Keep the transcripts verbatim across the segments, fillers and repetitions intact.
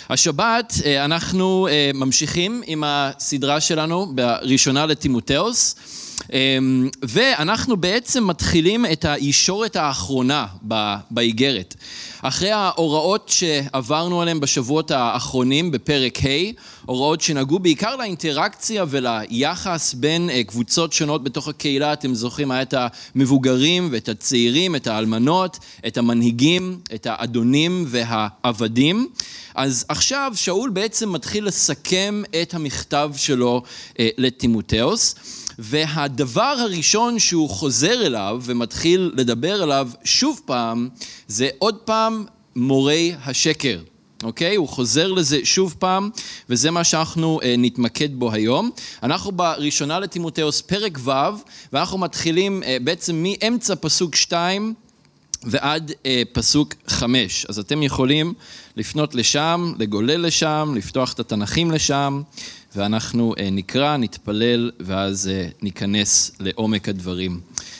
השבת אנחנו ממשיכים עם הסדרה שלנו בראשונה לטימותאוס, ואנחנו בעצם מתחילים את הישורת האחרונה באיגרת. אחרי ההוראות שעברנו עליהן בשבועות האחרונים בפרק ה', הוראות שנגעו בעיקר לאינטראקציה וליחס בין קבוצות שונות בתוך הקהילה. אתם זוכרים, היה את המבוגרים ואת הצעירים, את האלמנות, את המנהיגים, את האדונים והעבדים. אז עכשיו שאול בעצם מתחיל לסכם את המכתב שלו לטימותאוס, והדבר הראשון שהוא חוזר אליו ומתחיל לדבר אליו שוב פעם, זה עוד פעם מורי השקר. אוקיי? הוא חוזר לזה שוב פעם, וזה מה שאנחנו אה, נתמקד בו היום. אנחנו בראשונה לטימותאוס פרק ו', ואנחנו מתחילים אה, בעצם מאמצע פסוק שתיים ועד אה, פסוק חמש. אז אתם יכולים לפנות לשם, לגולל לשם, לפתוח את התנכים לשם, ואנחנו אה, נקרא, נתפלל, ואז אה, ניכנס לעומק הדברים.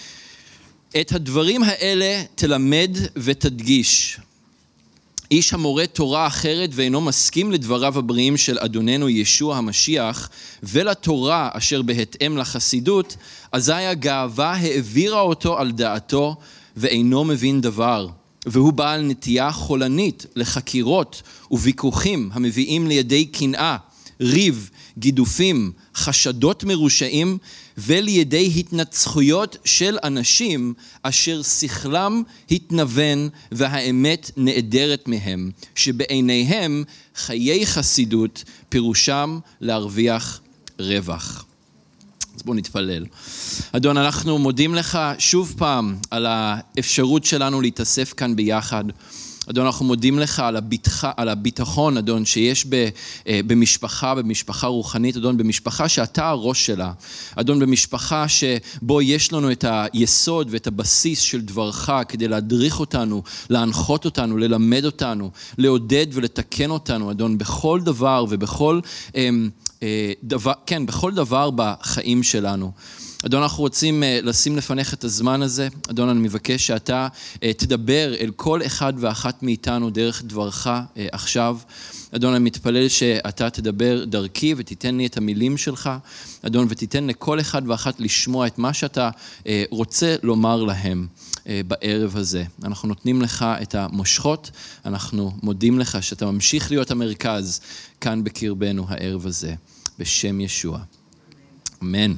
את הדברים האלה תלמד ותדגיש. איש המורה תורה אחרת ואינו מסכים לדבריו הבריאים של אדוננו ישוע המשיח ולתורה אשר בהתאם לחסידות, אזי הגאווה העבירה אותו על דעתו ואינו מבין דבר. והוא בעל נטייה חולנית לחקירות וויכוחים המביאים לידי קנאה, ריב, גידופים, חשדות מרושעים ולידי התנצחויות של אנשים אשר שכלם התנוון והאמת נעדרת מהם, שבעיניהם חיי חסידות פירושם להרוויח רווח. אז בואו נתפלל. אדון, אנחנו מודים לך שוב פעם על האפשרות שלנו להתאסף כאן ביחד. אדון, אנחנו מודים לך על הביטחון, על הביטחון, אדון, שיש ב, במשפחה, במשפחה רוחנית, אדון, במשפחה שאתה הראש שלה. אדון, במשפחה שבו יש לנו את היסוד ואת הבסיס של דברך כדי להדריך אותנו, להנחות אותנו, ללמד אותנו, לעודד ולתקן אותנו, אדון, בכל דבר ובכל דבר, כן, בכל דבר בחיים שלנו. אדון, אנחנו רוצים לשים לפניך את הזמן הזה. אדון, אני מבקש שאתה תדבר אל כל אחד ואחת מאיתנו דרך דברך עכשיו. אדון, אני מתפלל שאתה תדבר דרכי ותיתן לי את המילים שלך. אדון, ותיתן לכל אחד ואחת לשמוע את מה שאתה רוצה לומר להם בערב הזה. אנחנו נותנים לך את המושכות. אנחנו מודים לך שאתה ממשיך להיות המרכז כאן בקרבנו הערב הזה. בשם ישוע. אמן.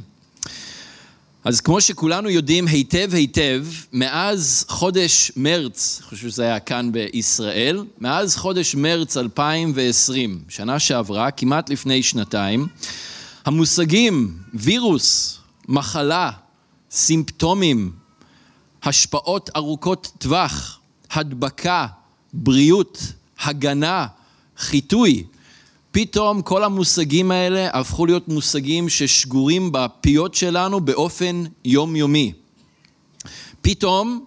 אז כמו שכולנו יודעים היטב היטב, מאז חודש מרץ, אני חושב שזה היה כאן בישראל, מאז חודש מרץ אלפיים ועשרים, שנה שעברה, כמעט לפני שנתיים, המושגים וירוס, מחלה, סימפטומים, השפעות ארוכות טווח, הדבקה, בריאות, הגנה, חיטוי, פתאום כל המושגים האלה הפכו להיות מושגים ששגורים בפיות שלנו באופן יומיומי. פתאום,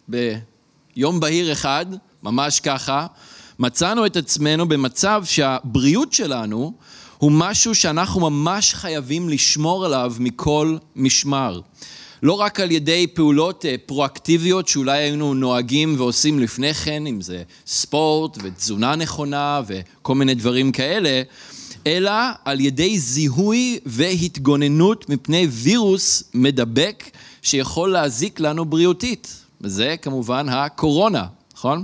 ביום בהיר אחד, ממש ככה, מצאנו את עצמנו במצב שהבריאות שלנו הוא משהו שאנחנו ממש חייבים לשמור עליו מכל משמר. לא רק על ידי פעולות פרואקטיביות שאולי היינו נוהגים ועושים לפני כן, אם זה ספורט ותזונה נכונה וכל מיני דברים כאלה, אלא על ידי זיהוי והתגוננות מפני וירוס מדבק שיכול להזיק לנו בריאותית. וזה כמובן הקורונה, נכון?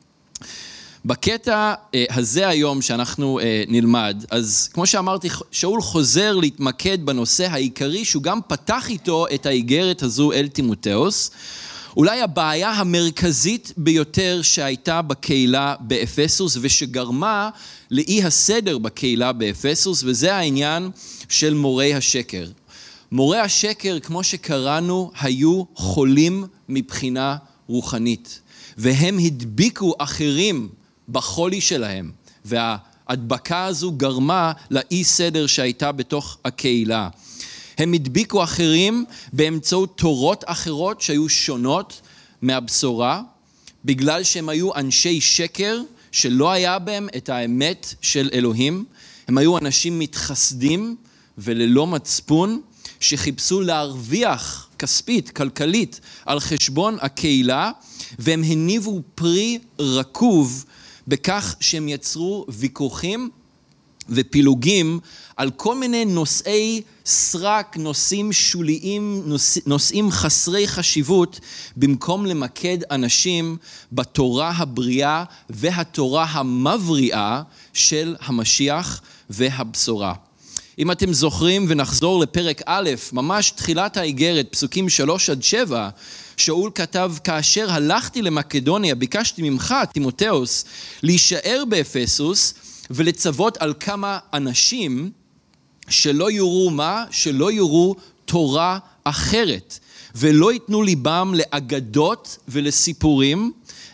בקטע הזה היום שאנחנו נלמד, אז כמו שאמרתי, שאול חוזר להתמקד בנושא העיקרי, שהוא גם פתח איתו את האיגרת הזו אל טימותאוס, אולי הבעיה המרכזית ביותר שהייתה בקהילה באפסוס, ושגרמה לאי הסדר בקהילה באפסוס, וזה העניין של מורי השקר. מורי השקר, כמו שקראנו, היו חולים מבחינה רוחנית, והם הדביקו אחרים בחולי שלהם, וההדבקה הזו גרמה לאי סדר שהייתה בתוך הקהילה. הם הדביקו אחרים באמצעות תורות אחרות שהיו שונות מהבשורה, בגלל שהם היו אנשי שקר שלא היה בהם את האמת של אלוהים. הם היו אנשים מתחסדים וללא מצפון, שחיפשו להרוויח כספית, כלכלית, על חשבון הקהילה, והם הניבו פרי רקוב בכך שהם יצרו ויכוחים ופילוגים על כל מיני נושאי סרק, נושאים שוליים, נושא, נושאים חסרי חשיבות, במקום למקד אנשים בתורה הבריאה והתורה המבריאה של המשיח והבשורה. אם אתם זוכרים ונחזור לפרק א', ממש תחילת האיגרת, פסוקים שלוש עד שבע, שאול כתב, כאשר הלכתי למקדוניה, ביקשתי ממך, תימותאוס, להישאר באפסוס ולצוות על כמה אנשים שלא יורו מה? שלא יורו תורה אחרת, ולא ייתנו ליבם לאגדות ולסיפורים,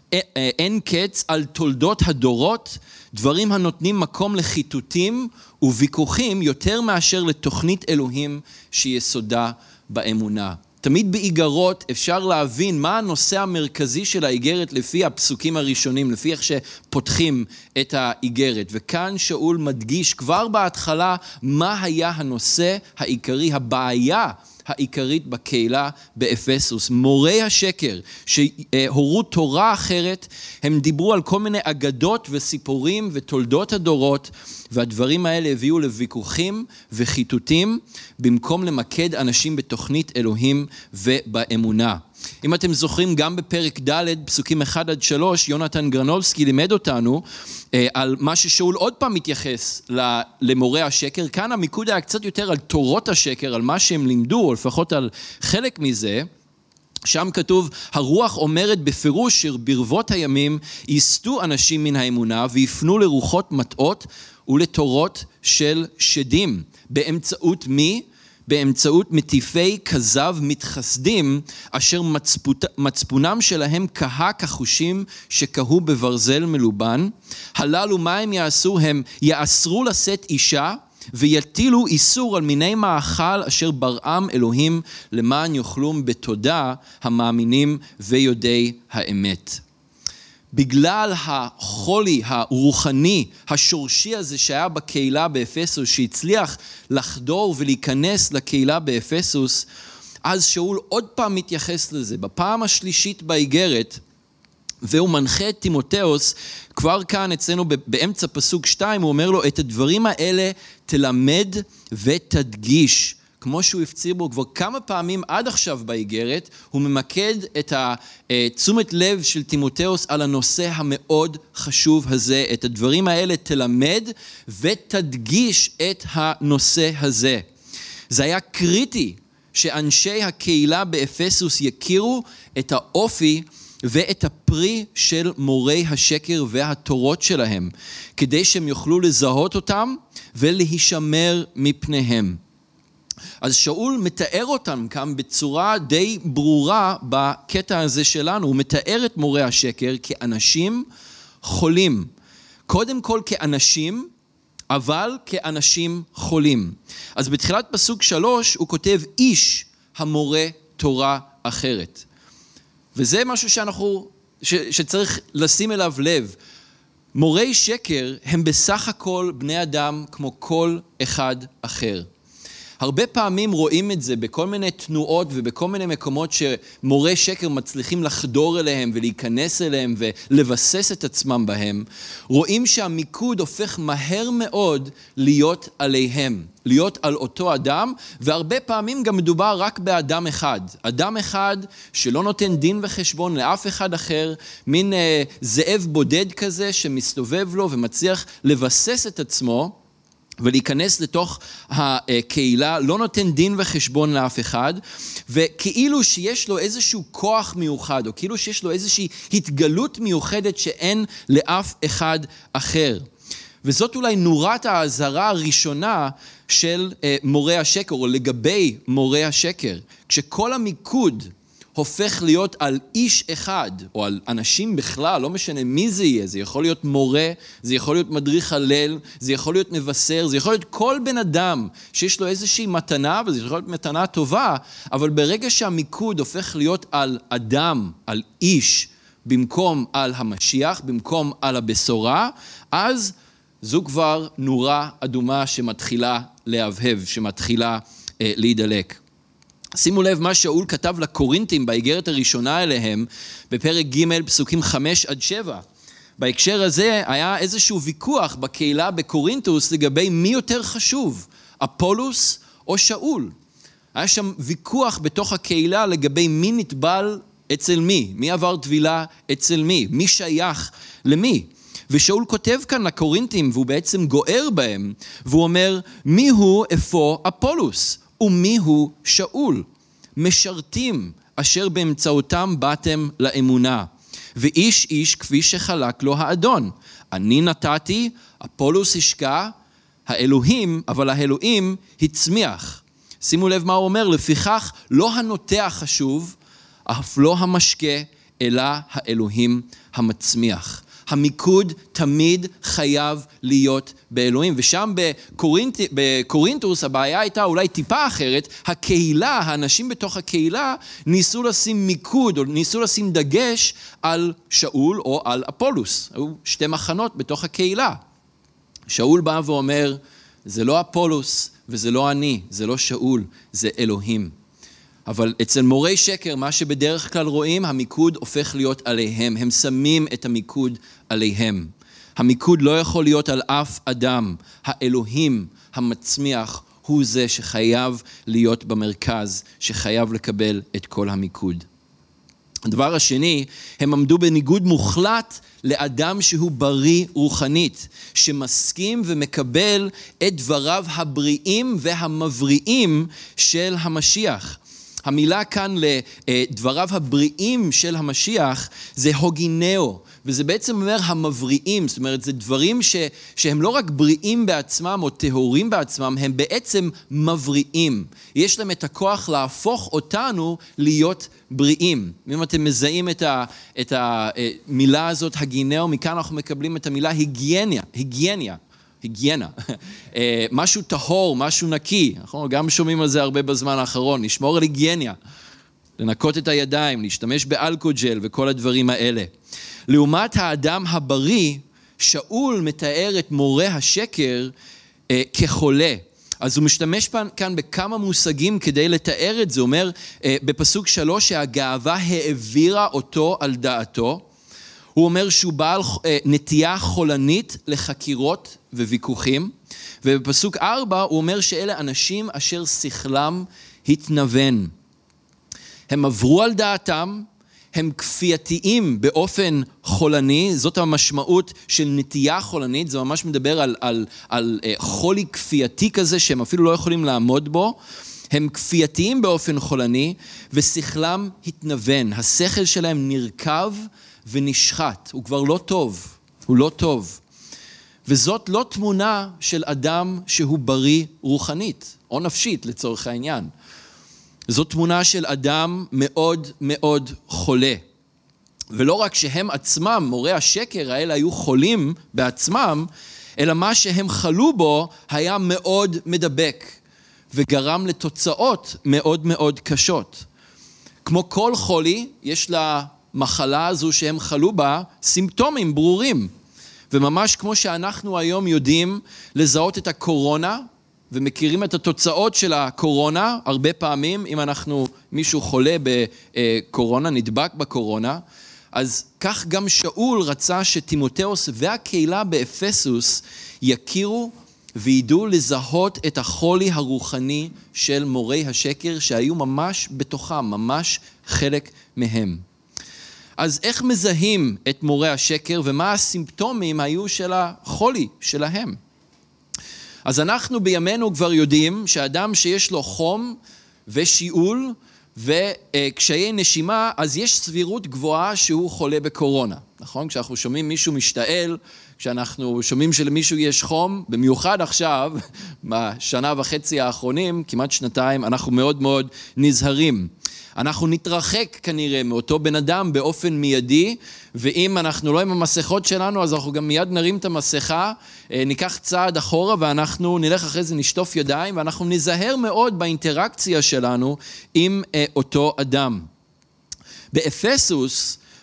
אין קץ על תולדות הדורות, דברים הנותנים מקום לחיתותים וויכוחים יותר מאשר לתוכנית אלוהים שיסודה באמונה. תמיד באיגרות אפשר להבין מה הנושא המרכזי של האיגרת לפי הפסוקים הראשונים, לפי איך שפותחים את האיגרת. וכאן שאול מדגיש כבר בהתחלה מה היה הנושא העיקרי, הבעיה העיקרית בקהילה באפסוס. מורי השקר שהורו תורה אחרת, הם דיברו על כל מיני אגדות וסיפורים ותולדות הדורות, והדברים האלה הביאו לוויכוחים וחיתותים, במקום למקד אנשים בתוכנית אלוהים ובאמונה. אם אתם זוכרים, גם בפרק ד' פסוקים אחד עד שלוש, יונתן גרנובסקי לימד אותנו אה, על מה ששאול עוד פעם מתייחס למורי השקר. כאן המיקוד היה קצת יותר על תורות השקר, על מה שהם לימדו, או לפחות על חלק מזה. שם כתוב, הרוח אומרת בפירוש שברבות הימים יסתו אנשים מן האמונה ויפנו לרוחות מטעות ולתורות של שדים. באמצעות מי? באמצעות מטיפי כזב מתחסדים, אשר מצפות, מצפונם שלהם כהה כחושים שכהו בברזל מלובן. הללו מה הם יעשו? הם יאסרו לשאת אישה, ויטילו איסור על מיני מאכל אשר בראם אלוהים, למען יאכלום בתודה המאמינים ויודעי האמת. בגלל החולי הרוחני, השורשי הזה שהיה בקהילה באפסוס, שהצליח לחדור ולהיכנס לקהילה באפסוס, אז שאול עוד פעם מתייחס לזה, בפעם השלישית באיגרת, והוא מנחה את תימותאוס, כבר כאן אצלנו באמצע פסוק שתיים, הוא אומר לו, את הדברים האלה תלמד ותדגיש. כמו שהוא הפציר בו כבר כמה פעמים עד עכשיו באיגרת, הוא ממקד את תשומת לב של תימותאוס על הנושא המאוד חשוב הזה. את הדברים האלה תלמד ותדגיש את הנושא הזה. זה היה קריטי שאנשי הקהילה באפסוס יכירו את האופי ואת הפרי של מורי השקר והתורות שלהם, כדי שהם יוכלו לזהות אותם ולהישמר מפניהם. אז שאול מתאר אותם כאן בצורה די ברורה בקטע הזה שלנו. הוא מתאר את מורי השקר כאנשים חולים. קודם כל כאנשים, אבל כאנשים חולים. אז בתחילת פסוק שלוש הוא כותב איש המורה תורה אחרת. וזה משהו שאנחנו, ש, שצריך לשים אליו לב. מורי שקר הם בסך הכל בני אדם כמו כל אחד אחר. הרבה פעמים רואים את זה בכל מיני תנועות ובכל מיני מקומות שמורי שקר מצליחים לחדור אליהם ולהיכנס אליהם ולבסס את עצמם בהם. רואים שהמיקוד הופך מהר מאוד להיות עליהם, להיות על אותו אדם, והרבה פעמים גם מדובר רק באדם אחד. אדם אחד שלא נותן דין וחשבון לאף אחד אחר, מין אה, זאב בודד כזה שמסתובב לו ומצליח לבסס את עצמו, ולהיכנס לתוך הקהילה, לא נותן דין וחשבון לאף אחד, וכאילו שיש לו איזשהו כוח מיוחד, או כאילו שיש לו איזושהי התגלות מיוחדת שאין לאף אחד אחר. וזאת אולי נורת האזהרה הראשונה של מורי השקר, או לגבי מורי השקר. כשכל המיקוד הופך להיות על איש אחד, או על אנשים בכלל, לא משנה מי זה יהיה, זה יכול להיות מורה, זה יכול להיות מדריך הלל, זה יכול להיות מבשר, זה יכול להיות כל בן אדם שיש לו איזושהי מתנה, וזה יכול להיות מתנה טובה, אבל ברגע שהמיקוד הופך להיות על אדם, על איש, במקום על המשיח, במקום על הבשורה, אז זו כבר נורה אדומה שמתחילה להבהב, שמתחילה אה, להידלק. שימו לב מה שאול כתב לקורינתים באיגרת הראשונה אליהם, בפרק ג' פסוקים חמש עד שבע. בהקשר הזה היה איזשהו ויכוח בקהילה בקורינתוס לגבי מי יותר חשוב, אפולוס או שאול. היה שם ויכוח בתוך הקהילה לגבי מי נטבל אצל מי, מי עבר טבילה אצל מי, מי שייך למי. ושאול כותב כאן לקורינתים, והוא בעצם גוער בהם, והוא אומר, מי הוא אפוא אפולוס, ומי הוא שאול? משרתים אשר באמצעותם באתם לאמונה, ואיש איש כפי שחלק לו האדון. אני נתתי, אפולוס השקע, האלוהים, אבל האלוהים הצמיח. שימו לב מה הוא אומר, לפיכך לא הנוטע חשוב, אף לא המשקה, אלא האלוהים המצמיח. המיקוד תמיד חייב להיות באלוהים, ושם בקורינט, בקורינתוס הבעיה הייתה אולי טיפה אחרת, הקהילה, האנשים בתוך הקהילה ניסו לשים מיקוד, או ניסו לשים דגש על שאול או על אפולוס, היו שתי מחנות בתוך הקהילה. שאול בא ואומר, זה לא אפולוס וזה לא אני, זה לא שאול, זה אלוהים. אבל אצל מורי שקר, מה שבדרך כלל רואים, המיקוד הופך להיות עליהם. הם שמים את המיקוד עליהם. המיקוד לא יכול להיות על אף אדם. האלוהים המצמיח הוא זה שחייב להיות במרכז, שחייב לקבל את כל המיקוד. הדבר השני, הם עמדו בניגוד מוחלט לאדם שהוא בריא רוחנית, שמסכים ומקבל את דבריו הבריאים והמבריאים של המשיח. המילה כאן לדבריו הבריאים של המשיח זה הוגינאו, וזה בעצם אומר המבריאים, זאת אומרת זה דברים ש, שהם לא רק בריאים בעצמם או טהורים בעצמם, הם בעצם מבריאים. יש להם את הכוח להפוך אותנו להיות בריאים. אם אתם מזהים את, ה, את המילה הזאת, הגינאו, מכאן אנחנו מקבלים את המילה היגייניה, היגייניה. היגיינה, משהו טהור, משהו נקי, אנחנו גם שומעים על זה הרבה בזמן האחרון, לשמור על היגייניה, לנקות את הידיים, להשתמש באלכוג'ל וכל הדברים האלה. לעומת האדם הבריא, שאול מתאר את מורה השקר אה, כחולה. אז הוא משתמש כאן בכמה מושגים כדי לתאר את זה, הוא אומר אה, בפסוק שלוש שהגאווה העבירה אותו על דעתו, הוא אומר שהוא בעל נטייה חולנית לחקירות וויכוחים, ובפסוק ארבע הוא אומר שאלה אנשים אשר שכלם התנוון. הם עברו על דעתם, הם כפייתיים באופן חולני, זאת המשמעות של נטייה חולנית, זה ממש מדבר על, על, על חולי כפייתי כזה שהם אפילו לא יכולים לעמוד בו, הם כפייתיים באופן חולני ושכלם התנוון, השכל שלהם נרכב ונשחט, הוא כבר לא טוב, הוא לא טוב. וזאת לא תמונה של אדם שהוא בריא רוחנית, או נפשית לצורך העניין. זאת תמונה של אדם מאוד מאוד חולה. ולא רק שהם עצמם, מורי השקר האלה היו חולים בעצמם, אלא מה שהם חלו בו היה מאוד מדבק, וגרם לתוצאות מאוד מאוד קשות. כמו כל חולי, יש לה מחלה הזו שהם חלו בה סימפטומים ברורים. וממש כמו שאנחנו היום יודעים לזהות את הקורונה, ומכירים את התוצאות של הקורונה, הרבה פעמים אם אנחנו, מישהו חולה בקורונה, נדבק בקורונה, אז כך גם שאול רצה שטימותאוס והקהילה באפסוס יכירו וידעו לזהות את החולי הרוחני של מורי השקר שהיו ממש בתוכם, ממש חלק מהם. אז איך מזהים את מורי השקר ומה הסימפטומים היו של החולי שלהם? אז אנחנו בימינו כבר יודעים שאדם שיש לו חום ושיעול וקשיי נשימה, אז יש סבירות גבוהה שהוא חולה בקורונה, נכון? כשאנחנו שומעים מישהו משתעל, כשאנחנו שומעים שלמישהו יש חום, במיוחד עכשיו, בשנה וחצי האחרונים, כמעט שנתיים, אנחנו מאוד מאוד נזהרים. אנחנו נתרחק כנראה מאותו בן אדם באופן מיידי, ואם אנחנו לא עם המסכות שלנו, אז אנחנו גם מיד נרים את המסכה, ניקח צעד אחורה ואנחנו נלך אחרי זה נשטוף ידיים, ואנחנו נזהר מאוד באינטראקציה שלנו עם אותו אדם. באפסוס,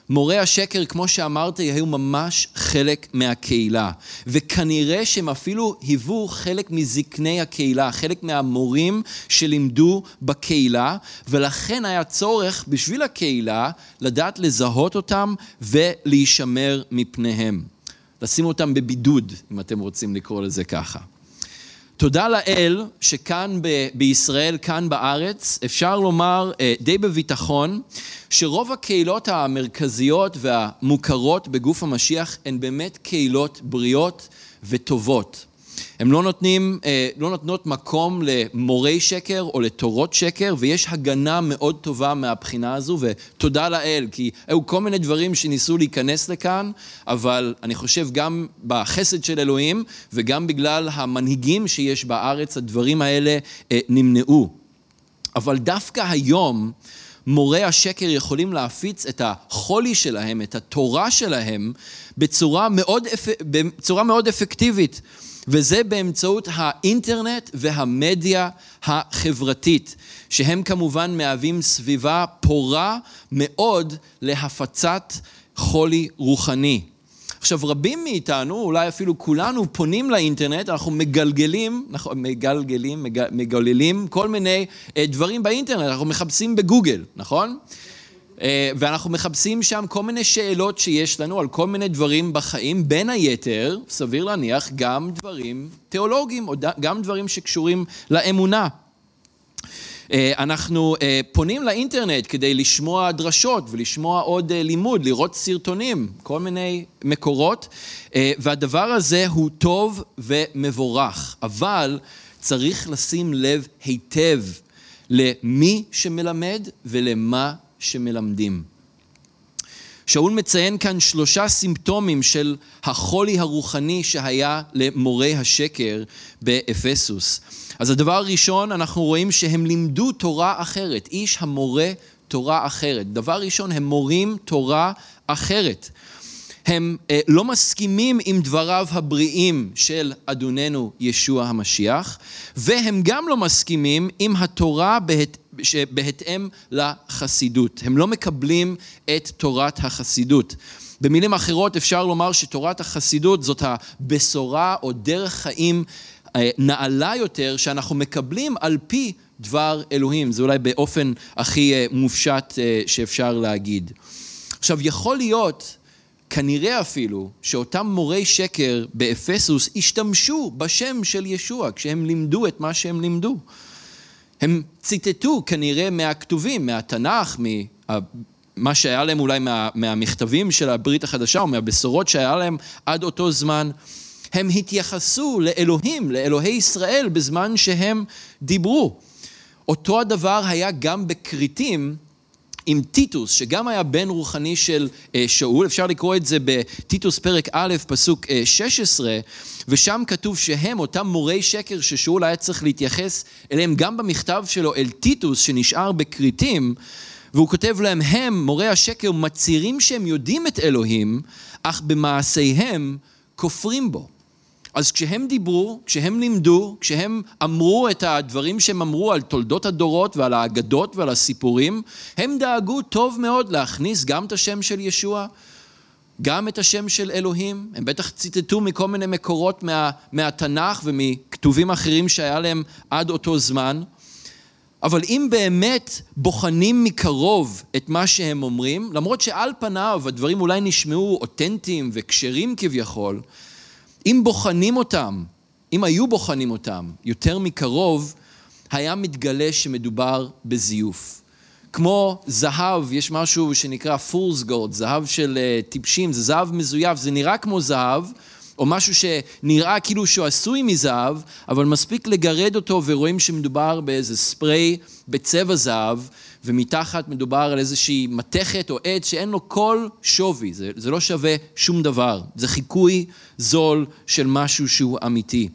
מורי השקר, כמו שאמרתי, היו ממש חלק מהקהילה, וכנראה שהם אפילו היוו חלק מזקני הקהילה, חלק מהמורים שלימדו בקהילה, ולכן היה צורך בשביל הקהילה לדעת לזהות אותם ולהישמר מפניהם. לשים אותם בבידוד, אם אתם רוצים לקרוא לזה ככה. תודה לאל שכאן ב- בישראל, כאן בארץ, אפשר לומר די בביטחון, שרוב הקהילות המרכזיות והמוכרות בגוף המשיח הן באמת קהילות בריאות וטובות. הן לא נותנים, לא נותנות מקום למורי שקר או לתורות שקר, ויש הגנה מאוד טובה מהבחינה הזו, ותודה לאל, כי היו כל מיני דברים שניסו להיכנס לכאן, אבל אני חושב גם בחסד של אלוהים, וגם בגלל המנהיגים שיש בארץ, הדברים האלה נמנעו. אבל דווקא היום, מורי השקר יכולים להפיץ את החולי שלהם, את התורה שלהם, בצורה מאוד, בצורה מאוד אפקטיבית. וזה באמצעות האינטרנט והמדיה החברתית, שהם כמובן מהווים סביבה פורה מאוד להפצת חולי רוחני. עכשיו, רבים מאיתנו, אולי אפילו כולנו, פונים לאינטרנט, אנחנו מגלגלים, אנחנו מגלגלים, מגללים כל מיני דברים באינטרנט, אנחנו מחפשים בגוגל, נכון? ואנחנו מחפשים שם כל מיני שאלות שיש לנו על כל מיני דברים בחיים, בין היתר, סביר להניח, גם דברים תיאולוגיים, או גם דברים שקשורים לאמונה. אנחנו פונים לאינטרנט כדי לשמוע דרשות ולשמוע עוד לימוד, לראות סרטונים, כל מיני מקורות, והדבר הזה הוא טוב ומבורך, אבל צריך לשים לב היטב למי שמלמד ולמה שמלמדים. שאול מציין כאן שלושה סימפטומים של החולי הרוחני שהיה למורי השקר באפסוס. אז הדבר הראשון, אנחנו רואים שהם לימדו תורה אחרת, איש המורה תורה אחרת. דבר ראשון, הם מורים תורה אחרת. הם אה, לא מסכימים עם דבריו הבריאים של אדוננו ישוע המשיח, והם גם לא מסכימים עם התורה בהת... בהתאם לחסידות. הם לא מקבלים את תורת החסידות. במילים אחרות אפשר לומר שתורת החסידות זאת הבשורה או דרך חיים נעלה יותר שאנחנו מקבלים על פי דבר אלוהים. זה אולי באופן הכי מופשט שאפשר להגיד. עכשיו, יכול להיות, כנראה אפילו, שאותם מורי שקר באפסוס השתמשו בשם של ישוע כשהם לימדו את מה שהם לימדו. הם ציטטו כנראה מהכתובים, מהתנ"ך, מה שהיה להם אולי מה, מהמכתבים של הברית החדשה או מהבשורות שהיה להם עד אותו זמן. הם התייחסו לאלוהים, לאלוהי ישראל בזמן שהם דיברו. אותו הדבר היה גם בכריתים עם טיטוס, שגם היה בן רוחני של שאול. אפשר לקרוא את זה בטיטוס פרק א' פסוק שש עשרה, ושם כתוב שהם, אותם מורי שקר ששאול היה צריך להתייחס אליהם גם במכתב שלו אל טיטוס שנשאר בכריתים, והוא כותב להם, הם, מורי השקר, מצהירים שהם יודעים את אלוהים, אך במעשיהם כופרים בו. אז כשהם דיברו, כשהם לימדו, כשהם אמרו את הדברים שהם אמרו על תולדות הדורות ועל האגדות ועל הסיפורים, הם דאגו טוב מאוד להכניס גם את השם של ישוע, גם את השם של אלוהים. הם בטח ציטטו מכל מיני מקורות מה, מהתנ"ך ומכתובים אחרים שהיה להם עד אותו זמן. אבל אם באמת בוחנים מקרוב את מה שהם אומרים, למרות שעל פניו הדברים אולי נשמעו אותנטיים וקשרים כביכול, אם בוחנים אותם, אם היו בוחנים אותם יותר מקרוב, היה מתגלה שמדובר בזיוף. כמו זהב, יש משהו שנקרא fool's gold, זהב של uh, טיפשים, זה זהב מזויף, זה נראה כמו זהב, או משהו שנראה כאילו שהוא עשוי מזהב, אבל מספיק לגרד אותו ורואים שמדובר באיזה ספרי בצבע זהב, ומתחת מדובר על איזושהי מתכת או עץ שאין לו כל שווי, זה, זה לא שווה שום דבר, זה חיקוי זול של משהו שהוא אמיתי.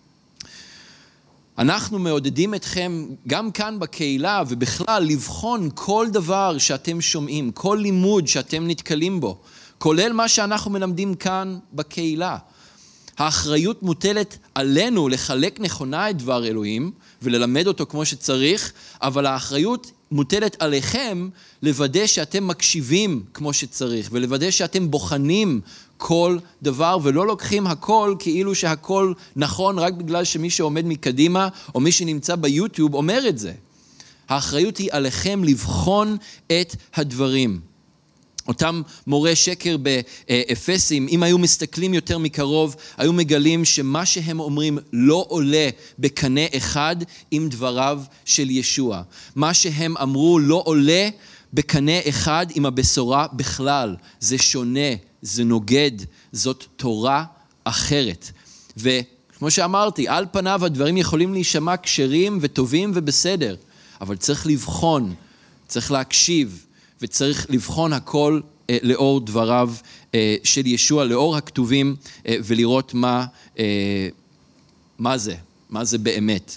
אנחנו מעודדים אתכם גם כאן בקהילה ובכלל לבחון כל דבר שאתם שומעים, כל לימוד שאתם נתקלים בו, כולל מה שאנחנו מלמדים כאן בקהילה. האחריות מוטלת עלינו לחלק נכונה את דבר אלוהים וללמד אותו כמו שצריך, אבל האחריות מוטלת עליכם לוודא שאתם מקשיבים כמו שצריך, ולוודא שאתם בוחנים כל דבר, ולא לוקחים הכל כאילו שהכל נכון רק בגלל שמי שעומד מקדימה, או מי שנמצא ביוטיוב אומר את זה. האחריות היא עליכם לבחון את הדברים. אותם מורי שקר באפסים, אם היו מסתכלים יותר מקרוב, היו מגלים שמה שהם אומרים לא עולה בקנה אחד עם דבריו של ישוע. מה שהם אמרו לא עולה בקנה אחד עם הבשורה בכלל. זה שונה, זה נוגד, זאת תורה אחרת. וכמו שאמרתי, על פניו הדברים יכולים להישמע כשרים וטובים ובסדר, אבל צריך לבחון, צריך להקשיב, וצריך לבחון הכל אה, לאור דבריו אה, של ישוע, לאור הכתובים, אה, ולראות מה, אה, מה זה, מה זה באמת.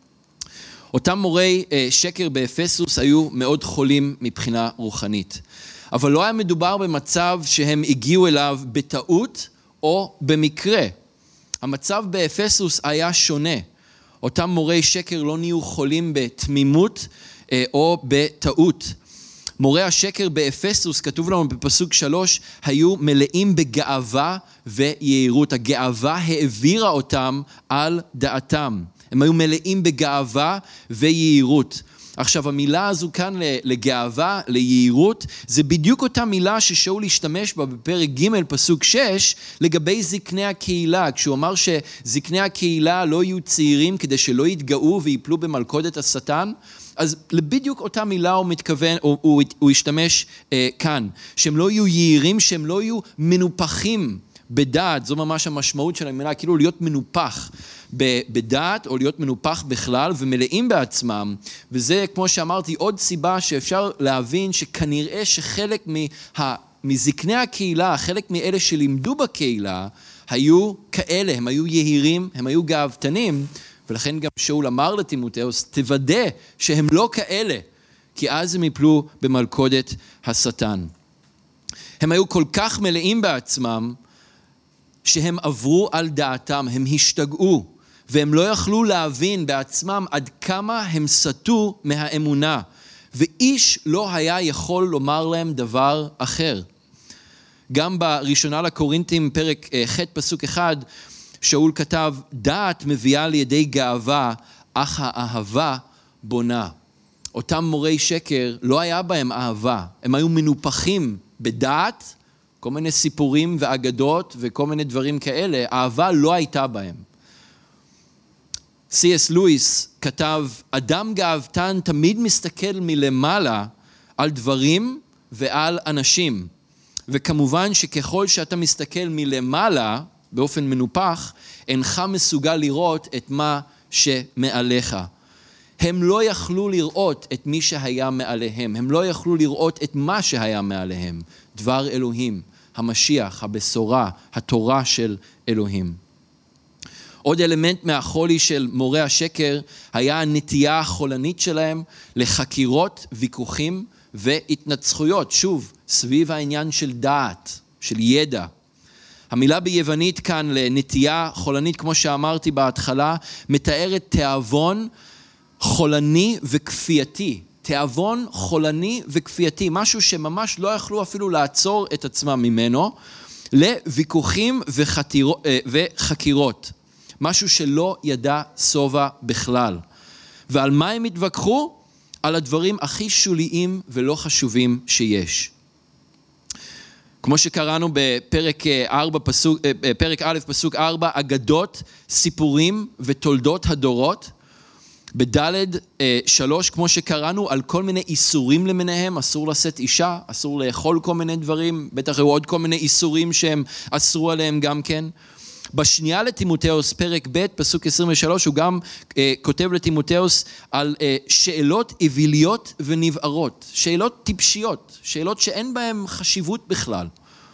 אותם מורי אה, שקר באפסוס היו מאוד חולים מבחינה רוחנית, אבל לא היה מדובר במצב שהם הגיעו אליו בטעות או במקרה. המצב באפסוס היה שונה. אותם מורי שקר לא נהיו חולים בתמימות אה, או בטעות. מורי השקר באפסוס, כתוב לנו בפסוק שלוש, היו מלאים בגאווה ויהירות. הגאווה העבירה אותם על דעתם. הם היו מלאים בגאווה ויהירות. עכשיו, המילה הזו כאן לגאווה, ליהירות, זה בדיוק אותה מילה ששאול השתמש בה בפרק ג' פסוק שש, לגבי זקני הקהילה, כשהוא אמר שזקני הקהילה לא יהיו צעירים כדי שלא יתגאו ויפלו במלכודת השטן, אז בדיוק אותה מילה הוא מתכוון, הוא, הוא, הוא השתמש אה, כאן, שהם לא יהיו יהירים, שהם לא יהיו מנופחים בדעת, זו ממש המשמעות של המילה, כאילו להיות מנופח בדעת, או להיות מנופח בכלל, ומלאים בעצמם, וזה, כמו שאמרתי, עוד סיבה שאפשר להבין שכנראה שחלק מה, מזקני הקהילה, חלק מאלה שלימדו בקהילה, היו כאלה, הם היו יהירים, הם היו גאוותנים, ולכן גם שאול אמר לתימותאוס, תוודא שהם לא כאלה, כי אז הם יפלו במלכודת השטן. הם היו כל כך מלאים בעצמם, שהם עברו על דעתם, הם השתגעו, והם לא יכלו להבין בעצמם עד כמה הם סטו מהאמונה, ואיש לא היה יכול לומר להם דבר אחר. גם בראשונה לקורינתים, פרק ח' פסוק אחד, שאול כתב, דעת מביאה לידי גאווה, אך האהבה בונה. אותם מורי שקר, לא היה בהם אהבה, הם היו מנופחים בדעת, כל מיני סיפורים ואגדות וכל מיני דברים כאלה, אהבה לא הייתה בהם. סי אס לואיס כתב, אדם גאוותן תמיד מסתכל מלמעלה על דברים ועל אנשים. וכמובן שככל שאתה מסתכל מלמעלה, באופן מנופח, אינך מסוגל לראות את מה שמעליך. הם לא יכלו לראות את מי שהיה מעליהם, הם לא יכלו לראות את מה שהיה מעליהם. דבר אלוהים, המשיח, הבשורה, התורה של אלוהים. עוד אלמנט מהחולי של מורי השקר היה הנטייה החולנית שלהם לחקירות, ויכוחים והתנצחויות, שוב, סביב העניין של דעת, של ידע. המילה ביוונית כאן לנטייה חולנית, כמו שאמרתי בהתחלה, מתארת תיאבון חולני וכפייתי. תיאבון חולני וכפייתי, משהו שממש לא יכלו אפילו לעצור את עצמם ממנו, לוויכוחים וחתירו, וחקירות. משהו שלא ידע סובה בכלל. ועל מה הם התווכחו? על הדברים הכי שוליים ולא חשובים שיש. כמו שקראנו בפרק ארבע, פסוק, פרק א' פסוק ארבע, אגדות, סיפורים ותולדות הדורות. בדלת שלוש, כמו שקראנו, על כל מיני איסורים למיניהם, אסור לשאת אישה, אסור לאכול כל מיני דברים, בטח היו עוד כל מיני איסורים שהם אסרו עליהם גם כן. בשנייה לתימותאוס, פרק ב', פסוק עשרים ושלוש, הוא גם אה, כותב לתימותאוס על אה, שאלות אוויליות ונבערות, שאלות טיפשיות, שאלות שאין בהן חשיבות בכלל.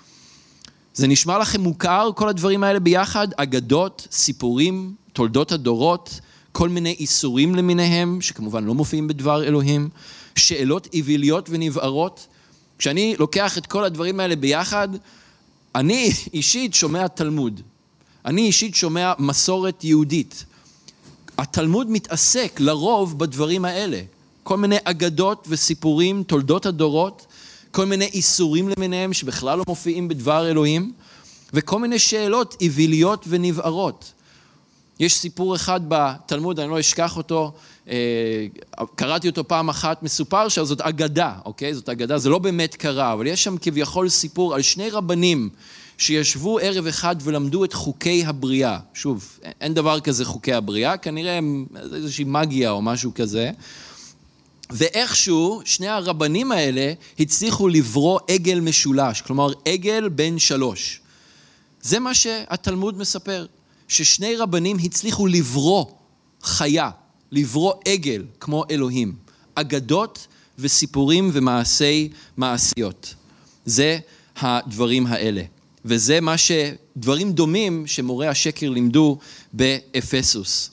זה נשמע לכם מוכר, כל הדברים האלה ביחד? אגדות, סיפורים, תולדות הדורות, כל מיני איסורים למיניהם, שכמובן לא מופיעים בדבר אלוהים, שאלות אוויליות ונבערות. כשאני לוקח את כל הדברים האלה ביחד, אני אישית שומע תלמוד. אני אישית שומע מסורת יהודית. התלמוד מתעסק לרוב בדברים האלה. כל מיני אגדות וסיפורים, תולדות הדורות, כל מיני איסורים למיניהם שבכלל לא מופיעים בדבר אלוהים, וכל מיני שאלות עביליות ונבערות. יש סיפור אחד בתלמוד, אני לא אשכח אותו, קראתי אותו פעם אחת, מסופר שזאת אגדה, אוקיי? זאת אגדה, זה לא באמת קרה, אבל יש שם כביכול סיפור על שני רבנים שישבו ערב אחד ולמדו את חוקי הבריאה. שוב, אין דבר כזה חוקי הבריאה, כנראה איזושהי מגיה או משהו כזה. ואיכשהו שני הרבנים האלה הצליחו לברוא עגל משולש, כלומר עגל בן שלוש. זה מה שהתלמוד מספר, ששני רבנים הצליחו לברוא חיה, לברוא עגל כמו אלוהים, אגדות וסיפורים ומעשי מעשיות. זה הדברים האלה. וזה מה שדברים דומים שמורי השקר לימדו באפסוס.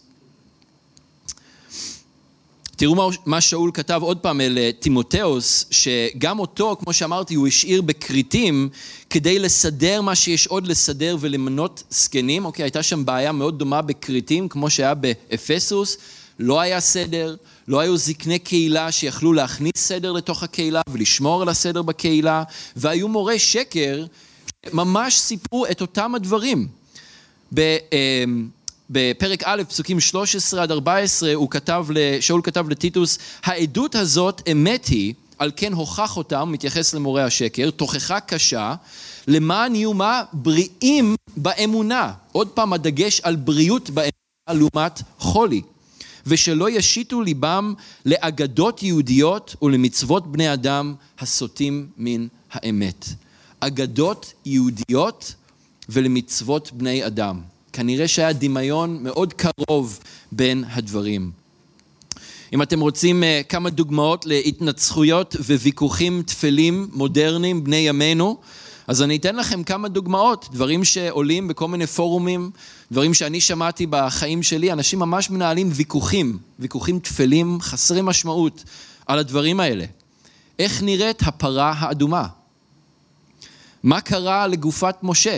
תראו מה, מה שאול כתב עוד פעם אל תימותאוס, שגם אותו, כמו שאמרתי, הוא השאיר בקריטים, כדי לסדר מה שיש עוד לסדר ולמנות סגנים. אוקיי, הייתה שם בעיה מאוד דומה בקריטים, כמו שהיה באפסוס, לא היה סדר, לא היו זקני קהילה שיכלו להכניס סדר לתוך הקהילה ולשמור על הסדר בקהילה, והיו מורי שקר ממש סיפרו את אותם הדברים. ב... בפרק א', פסוקים שלוש עשרה עד ארבע עשרה, הוא כתב, שאול כתב לטיטוס, העדות הזאת אמת היא, על כן הוכח אותם, מתייחס למורה השקר, תוכחה קשה, למען יהיו מה? בריאים באמונה. עוד פעם הדגש על בריאות באמונה לעומת חולי. ושלא ישיתו ליבם לאגדות יהודיות ולמצוות בני אדם הסוטים מן האמת. אגדות יהודיות ולמצוות בני אדם. כנראה שהיה דמיון מאוד קרוב בין הדברים. אם אתם רוצים כמה דוגמאות להתנצחויות וויכוחים תפלים מודרניים בני ימינו, אז אני אתן לכם כמה דוגמאות, דברים שעולים בכל מיני פורומים, דברים שאני שמעתי בחיים שלי, אנשים ממש מנהלים ויכוחים, ויכוחים תפלים חסרי משמעות על הדברים האלה. איך נראית הפרה האדומה? מה קרה לגופת משה?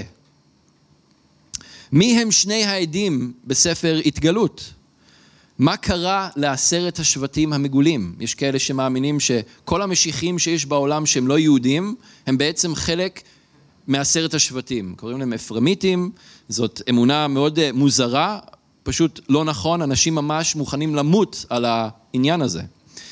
מי הם שני העדים בספר התגלות? מה קרה לעשרת השבטים המגולים? יש כאלה שמאמינים שכל המשיחים שיש בעולם שהם לא יהודים, הם בעצם חלק מעשרת השבטים. קוראים להם אפרמיתים, זאת אמונה מאוד מוזרה, פשוט לא נכון, אנשים ממש מוכנים למות על העניין הזה.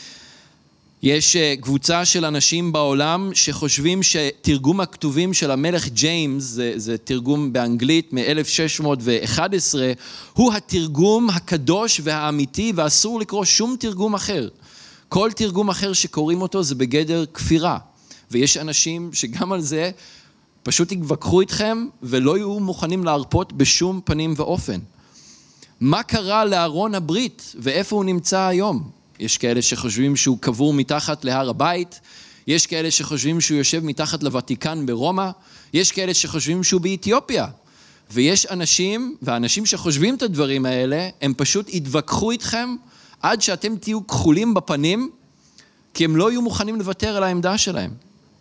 יש קבוצה של אנשים בעולם שחושבים שתרגום הכתובים של המלך ג'יימס, זה, זה תרגום באנגלית מ-אלף שש מאות ואחת עשרה, הוא התרגום הקדוש והאמיתי ואסור לקרוא שום תרגום אחר. כל תרגום אחר שקוראים אותו זה בגדר כפירה. ויש אנשים שגם על זה פשוט יתווכחו איתכם ולא יהיו מוכנים להרפות בשום פנים ואופן. מה קרה לארון הברית ואיפה הוא נמצא היום? יש כאלה שחושבים שהוא קבור מתחת להר הבית, יש כאלה שחושבים שהוא יושב מתחת לוותיקן ברומא, יש כאלה שחושבים שהוא באתיופיה. ויש אנשים, והאנשים שחושבים את הדברים האלה, הם פשוט יתווכחו איתכם עד שאתם תהיו כחולים בפנים, כי הם לא יהיו מוכנים לוותר על העמדה שלהם.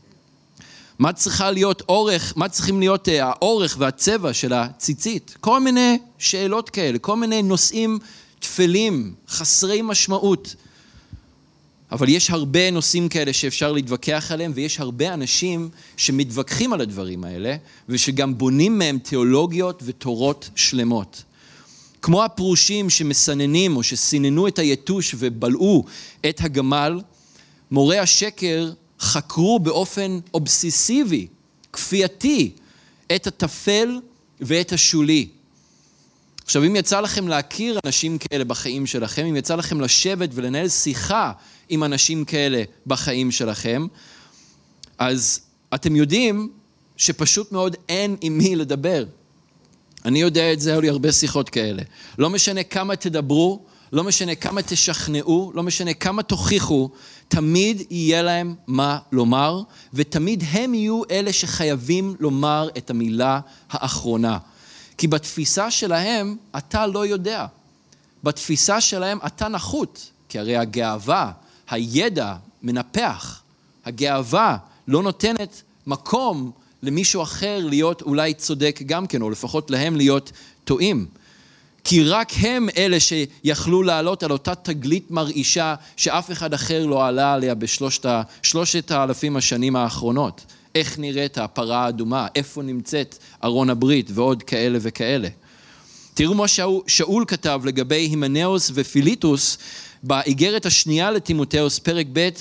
מה צריכה להיות אורך, מה צריכים להיות האורך והצבע של הציצית? כל מיני שאלות כאלה, כל מיני נושאים תפלים, חסרי משמעות. אבל יש הרבה נושאים כאלה שאפשר להתווכח עליהם, ויש הרבה אנשים שמתווכחים על הדברים האלה, ושגם בונים מהם תיאולוגיות ותורות שלמות. כמו הפרושים שמסננים או שסיננו את היתוש ובלעו את הגמל, מורי השקר חקרו באופן אובססיבי, כפייתי, את הטפל ואת השולי. עכשיו, אם יצא לכם להכיר אנשים כאלה בחיים שלכם, אם יצא לכם לשבת ולנהל שיחה עם אנשים כאלה בחיים שלכם, אז אתם יודעים שפשוט מאוד אין עם מי לדבר. אני יודע את זה, היו לי הרבה שיחות כאלה. לא משנה כמה תדברו, לא משנה כמה תשכנעו, לא משנה כמה תוכיחו, תמיד יהיה להם מה לומר, ותמיד הם יהיו אלה שחייבים לומר את המילה האחרונה. כי בתפיסה שלהם אתה לא יודע. בתפיסה שלהם אתה נחות, כי הרי הגאווה, הידע מנפח. הגאווה לא נותנת מקום למישהו אחר להיות אולי צודק גם כן, או לפחות להם להיות טועים. כי רק הם אלה שיכלו לעלות על אותה תגלית מרעישה שאף אחד אחר לא עלה עליה בשלושת שלושת האלפים השנים האחרונות. איך נראית הפרה האדומה, איפה נמצאת ארון הברית ועוד כאלה וכאלה. תראו מה שאול, שאול כתב לגבי הימנאוס ופיליטוס באיגרת השנייה לטימותאוס, פרק ב',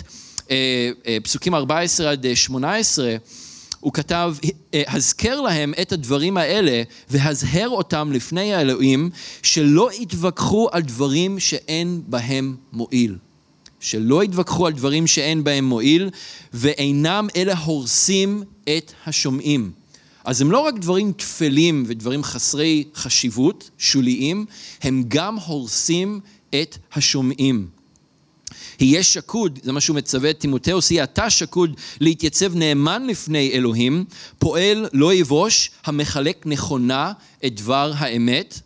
פסוקים ארבע עשרה עד שמונה עשרה, הוא כתב, הזכר להם את הדברים האלה והזהר אותם לפני האלוהים, שלא יתווכחו על דברים שאין בהם מועיל. שלא יתווכחו על דברים שאין בהם מועיל, ואינם אלה הורסים את השומעים. אז הם לא רק דברים תפלים ודברים חסרי חשיבות, שוליים, הם גם הורסים את השומעים. יהיה שקוד, זה מה שהוא מצווה את תימותאוס, יהיה אתה שקוד להתייצב נאמן לפני אלוהים, פועל לא יבוש, המחלק נכונה את דבר האמת,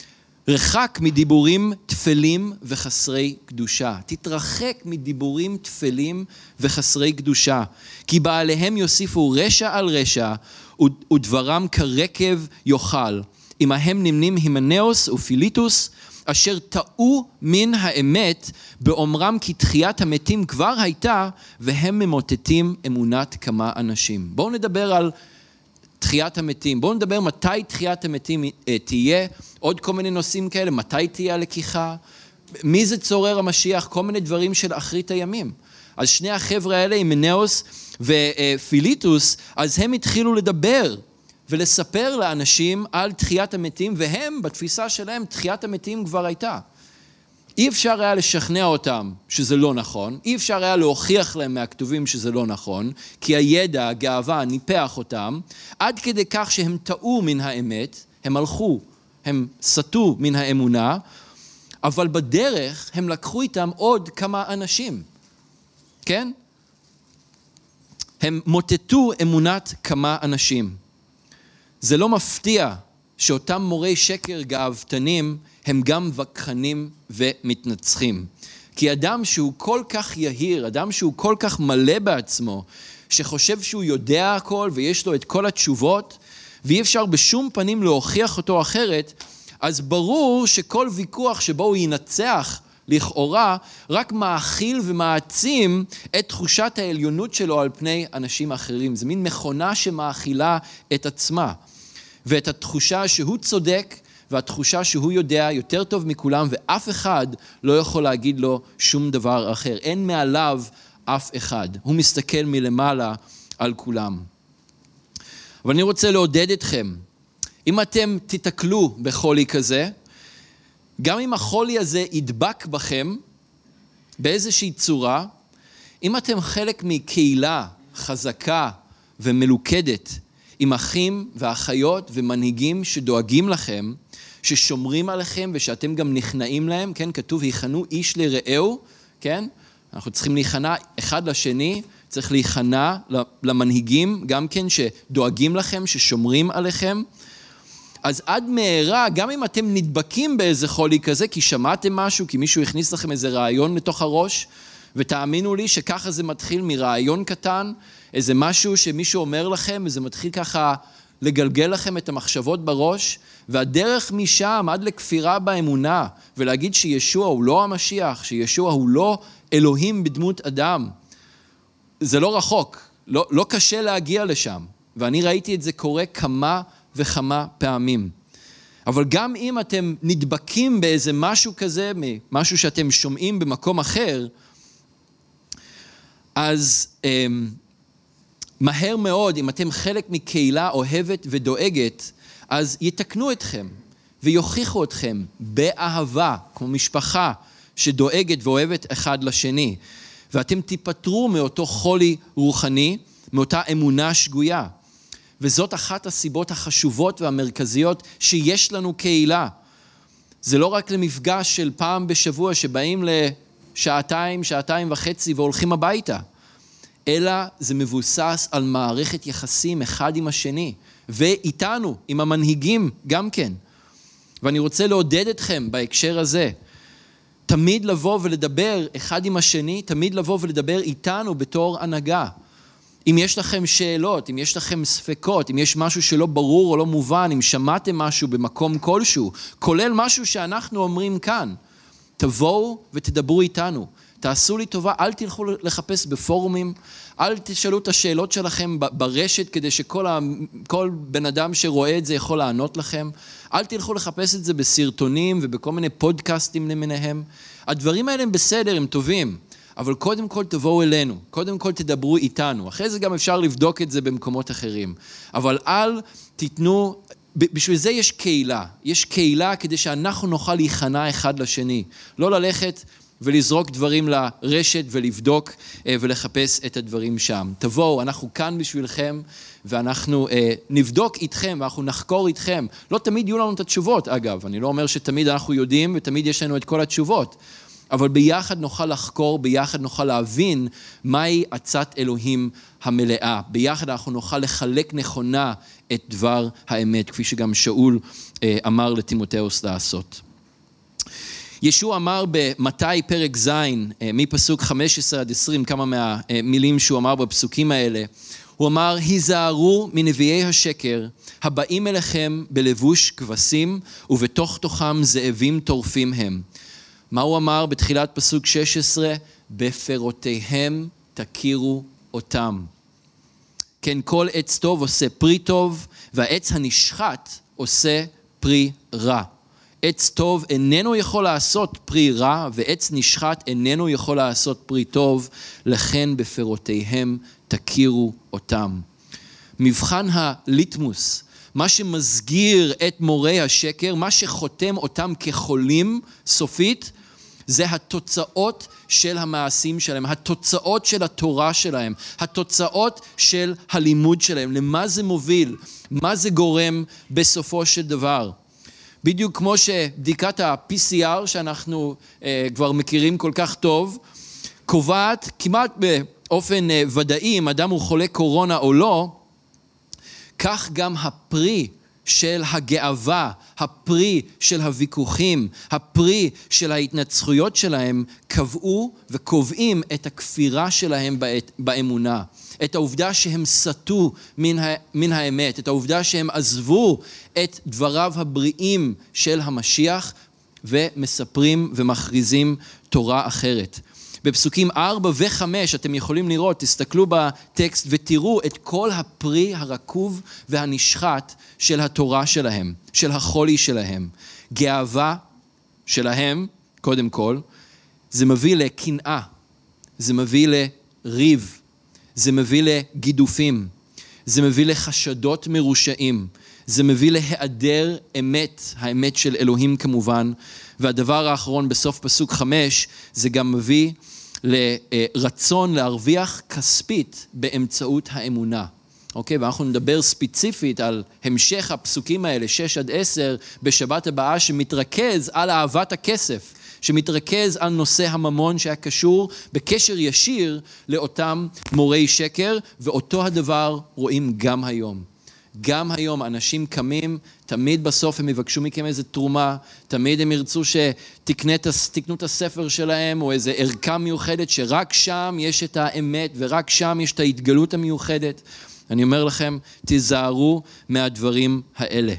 רחק מדיבורים תפלים וחסרי קדושה. תתרחק מדיבורים תפלים וחסרי קדושה, כי בעליהם יוסיפו רשע על רשע, ודברם כרקב יאכל. עמהם נמנים הימנאוס ופיליטוס, אשר טעו מן האמת באומרם כי תחיית המתים כבר הייתה, והם ממוטטים אמונת כמה אנשים. בואו נדבר על תחיית המתים. בואו נדבר מתי תחיית המתים תהיה, עוד כל מיני נושאים כאלה, מתי תהיה הלקיחה, מי זה צורר המשיח, כל מיני דברים של אחרית הימים. אז שני החבר'ה האלה, הימנאוס ופיליטוס, אז הם התחילו לדבר ולספר לאנשים על תחיית המתים, והם בתפיסה שלהם תחיית המתים כבר הייתה. אי אפשר היה לשכנע אותם שזה לא נכון, אי אפשר היה להוכיח להם מהכתובים שזה לא נכון, כי הידע, הגאווה, ניפח אותם, עד כדי כך שהם טעו מן האמת, הם הלכו, הם סטו מן האמונה, אבל בדרך הם לקחו איתם עוד כמה אנשים, כן? הם מוטטו אמונת כמה אנשים. זה לא מפתיע שאותם מורי שקר גאוותנים הם גם וכחנים ומתנצחים. כי אדם שהוא כל כך יהיר, אדם שהוא כל כך מלא בעצמו, שחושב שהוא יודע הכל ויש לו את כל התשובות, ואי אפשר בשום פנים להוכיח אותו אחרת, אז ברור שכל ויכוח שבו הוא ינצח לכאורה, רק מאכיל ומעצים את תחושת העליונות שלו על פני אנשים אחרים. זה מין מכונה שמאכילה את עצמה. ואת התחושה שהוא צודק, והתחושה שהוא יודע יותר טוב מכולם, ואף אחד לא יכול להגיד לו שום דבר אחר. אין מעליו אף אחד. הוא מסתכל מלמעלה על כולם. אבל אני רוצה לעודד אתכם. אם אתם תתקלו בחולי כזה, גם אם החולי הזה ידבק בכם באיזושהי צורה, אם אתם חלק מקהילה חזקה ומלוכדת, עם אחים ואחיות ומנהיגים שדואגים לכם, ששומרים עליכם ושאתם גם נכנעים להם, כן, כתוב, היכנו איש לרעהו, כן, אנחנו צריכים להיכנע אחד לשני, צריך להיכנע למנהיגים, גם כן שדואגים לכם, ששומרים עליכם, אז עד מהרה, גם אם אתם נדבקים באיזה חולי כזה, כי שמעתם משהו, כי מישהו הכניס לכם איזה רעיון לתוך הראש, ותאמינו לי שככה זה מתחיל מרעיון קטן, איזה משהו שמישהו אומר לכם, וזה מתחיל ככה לגלגל לכם את המחשבות בראש, והדרך משם עד לכפירה באמונה, ולהגיד שישוע הוא לא המשיח, שישוע הוא לא אלוהים בדמות אדם, זה לא רחוק, לא, לא קשה להגיע לשם, ואני ראיתי את זה קורה כמה וכמה פעמים. אבל גם אם אתם נדבקים באיזה משהו כזה, משהו שאתם שומעים במקום אחר, אז מהר מאוד, אם אתם חלק מקהילה אוהבת ודואגת, אז יתקנו אתכם ויוכיחו אתכם באהבה, כמו משפחה שדואגת ואוהבת אחד לשני. ואתם תיפטרו מאותו חולי רוחני, מאותה אמונה שגויה. וזאת אחת הסיבות החשובות והמרכזיות שיש לנו קהילה. זה לא רק למפגש של פעם בשבוע שבאים לשעתיים, שעתיים וחצי והולכים הביתה, אלא זה מבוסס על מערכת יחסים אחד עם השני, ואיתנו, עם המנהיגים גם כן. ואני רוצה לעודד אתכם בהקשר הזה, תמיד לבוא ולדבר אחד עם השני, תמיד לבוא ולדבר איתנו בתור הנהגה. אם יש לכם שאלות, אם יש לכם ספקות, אם יש משהו שלא ברור או לא מובן, אם שמעתם משהו במקום כלשהו, כולל משהו שאנחנו אומרים כאן, תבואו ותדברו איתנו. תעשו לי טובה, אל תלכו לחפש בפורומים, אל תשאלו את השאלות שלכם ברשת כדי שכל ה... כל בן אדם שרואה את זה יכול לענות לכם. אל תלכו לחפש את זה בסרטונים ובכל מיני פודקאסטים למיניהם. הדברים האלה הם בסדר, הם טובים, אבל קודם כל תבואו אלינו, קודם כל תדברו איתנו. אחרי זה גם אפשר לבדוק את זה במקומות אחרים. אבל אל תיתנו... בשביל זה יש קהילה. יש קהילה כדי שאנחנו נוכל להיכנע אחד לשני. לא ללכת ולזרוק דברים לרשת ולבדוק ולחפש את הדברים שם. תבואו, אנחנו כאן בשבילכם, ואנחנו אה, נבדוק איתכם, ואנחנו נחקור איתכם. לא תמיד יהיו לנו את התשובות, אגב. אני לא אומר שתמיד אנחנו יודעים, ותמיד יש לנו את כל התשובות. אבל ביחד נוכל לחקור, ביחד נוכל להבין מהי עצת אלוהים המלאה. ביחד אנחנו נוכל לחלק נכונה את דבר האמת, כפי שגם שאול אה, אמר לתימותאוס לעשות. ישוע אמר במתי פרק ז', מפסוק חמש עשרה עד עשרים, כמה מהמילים שהוא אמר בפסוקים האלה, הוא אמר, היזהרו מנביאי השקר, הבאים אליכם בלבוש כבשים, ובתוך תוכם זאבים טורפים הם. מה הוא אמר בתחילת פסוק שש עשרה? בפירותיהם תכירו אותם. כן, כל עץ טוב עושה פרי טוב, והעץ הנשחט עושה פרי רע. עץ טוב איננו יכול לעשות פרי רע, ועץ נשחט איננו יכול לעשות פרי טוב, לכן בפירותיהם תכירו אותם. מבחן הליטמוס, מה שמסגיר את מורי השקר, מה שחותם אותם כחולים סופית, זה התוצאות של המעשים שלהם, התוצאות של התורה שלהם, התוצאות של הלימוד שלהם, למה זה מוביל, מה זה גורם בסופו של דבר. בדיוק כמו שבדיקת ה-פי סי אר שאנחנו אה, כבר מכירים כל כך טוב, קובעת כמעט באופן אה, ודאי אם אדם הוא חולה קורונה או לא, כך גם הפרי של הגאווה, הפרי של הוויכוחים, הפרי של ההתנצחויות שלהם, קבעו וקובעים את הכפירה שלהם בעת, באמונה. את העובדה שהם סטו מן, ה, מן האמת, את העובדה שהם עזבו את דבריו הבריאים של המשיח, ומספרים ומכריזים תורה אחרת. בפסוקים ארבע וחמש אתם יכולים לראות, תסתכלו בטקסט ותראו את כל הפרי הרקוב והנשחט של התורה שלהם, של החולי שלהם. גאווה שלהם, קודם כל, זה מביא לקנאה, זה מביא לריב, זה מביא לגידופים, זה מביא לחשדות מרושעים, זה מביא להיעדר אמת, האמת של אלוהים כמובן, והדבר האחרון בסוף פסוק חמש, זה גם מביא לרצון להרוויח כספית באמצעות האמונה. אוקיי, ואנחנו נדבר ספציפית על המשך הפסוקים האלה, שש עד עשר, בשבת הבאה, שמתרכז על אהבת הכסף, שמתרכז על נושא הממון שהיה קשור בקשר ישיר לאותם מורי שקר, ואותו הדבר רואים גם היום. גם היום אנשים קמים, תמיד בסוף הם יבקשו מכם איזו תרומה, תמיד הם ירצו שתקנו את הספר שלהם, או איזו ערכה מיוחדת, שרק שם יש את האמת, ורק שם יש את ההתגלות המיוחדת. אני אומר לכם, תיזהרו מהדברים האלה.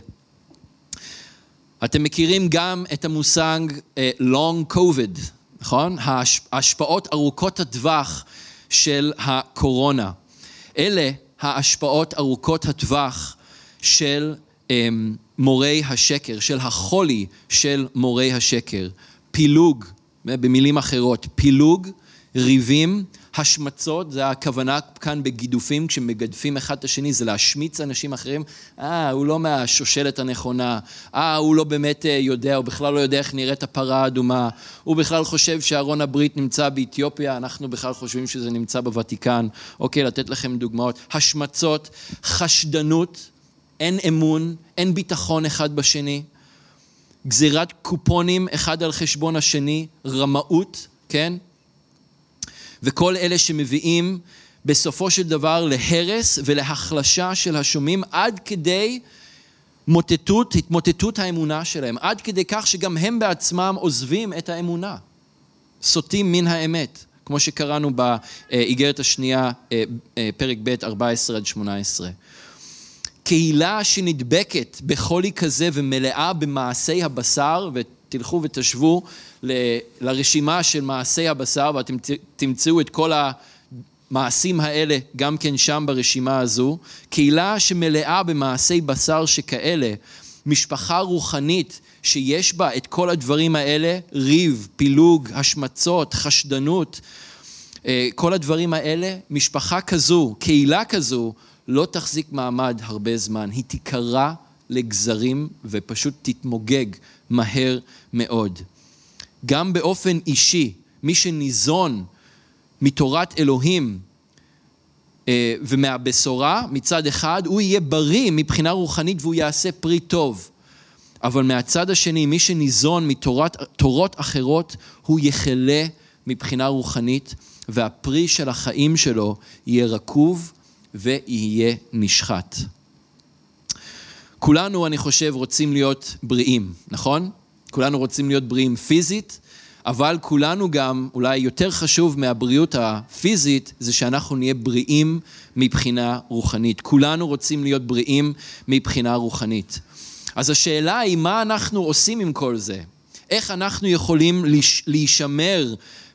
אתם מכירים גם את המושג long covid, נכון? ההשפעות ארוכות הטווח של הקורונה. אלה ההשפעות ארוכות הטווח של um, מורי השקר, של החולי של מורי השקר. פילוג, במילים אחרות, פילוג, ריבים, השמצות, זה הכוונה כאן בגידופים, כשמגדפים אחד את השני, זה להשמיץ אנשים אחרים, אה, הוא לא מהשושלת הנכונה, אה, הוא לא באמת יודע, הוא בכלל לא יודע איך נראית הפרה האדומה, הוא בכלל חושב שארון הברית נמצא באתיופיה, אנחנו בכלל חושבים שזה נמצא בוותיקן, אוקיי, לתת לכם דוגמאות, השמצות, חשדנות, אין אמון, אין ביטחון אחד בשני, גזירת קופונים אחד על חשבון השני, רמאות, כן? וכל אלה שמביאים בסופו של דבר להרס ולהחלשה של השומעים עד כדי מוטטות, התמוטטות האמונה שלהם, עד כדי כך שגם הם בעצמם עוזבים את האמונה, סוטים מן האמת, כמו שקראנו באיגרת השנייה, פרק ב' ארבע עשרה עד שמונה עשרה. קהילה שנדבקת בחולי כזה ומלאה במעשי הבשר, ותלכו ותשוו ל- לרשימה של מעשי הבשר, ואתם תמצאו את כל המעשים האלה גם כן שם ברשימה הזו. קהילה שמלאה במעשי בשר שכאלה, משפחה רוחנית שיש בה את כל הדברים האלה, ריב, פילוג, השמצות, חשדנות, כל הדברים האלה, משפחה כזו, קהילה כזו, לא תחזיק מעמד הרבה זמן, היא תיקרע לגזרים ופשוט תתמוגג מהר מאוד. גם באופן אישי, מי שניזון מתורת אלוהים ומהבשורה מצד אחד, הוא יהיה בריא מבחינה רוחנית והוא יעשה פרי טוב. אבל מהצד השני, מי שניזון מתורות תורות אחרות, הוא יחלה מבחינה רוחנית, והפרי של החיים שלו יהיה רקוב ויהיה נשחט. כולנו, אני חושב, רוצים להיות בריאים, נכון? כולנו רוצים להיות בריאים פיזית, אבל כולנו גם, אולי יותר חשוב מהבריאות הפיזית, זה שאנחנו נהיה בריאים מבחינה רוחנית. כולנו רוצים להיות בריאים מבחינה רוחנית. אז השאלה היא, מה אנחנו עושים עם כל זה? איך אנחנו יכולים להישמר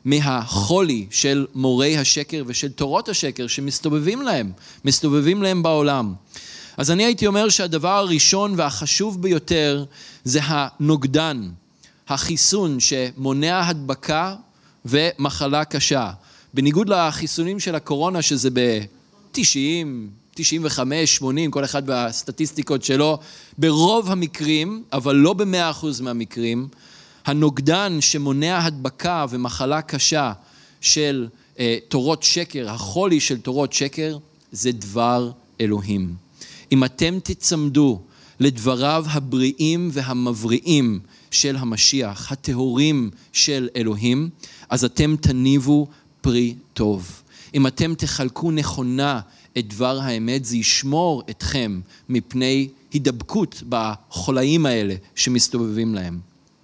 מהחולי של מורי השקר ושל תורות השקר שמסתובבים להם, מסתובבים להם בעולם? אז אני הייתי אומר שהדבר הראשון והחשוב ביותר זה הנוגדן, החיסון שמונע הדבקה ומחלה קשה. בניגוד לחיסונים של הקורונה שזה ב-תשעים, תשעים וחמש, שמונים, כל אחד והסטטיסטיקות שלו, ברוב המקרים, אבל לא ב-מאה אחוז מהמקרים, הנוגדן שמונע הדבקה ומחלה קשה של אה, תורות שקר, החולי של תורות שקר, זה דבר אלוהים. אם אתם תצמדו לדבריו הבריאים והמבריאים של המשיח, הטהורים של אלוהים, אז אתם תניבו פרי טוב. אם אתם תחלקו נכונה את דבר האמת, זה ישמור אתכם מפני הידבקות בחולאים האלה שמסתובבים להם.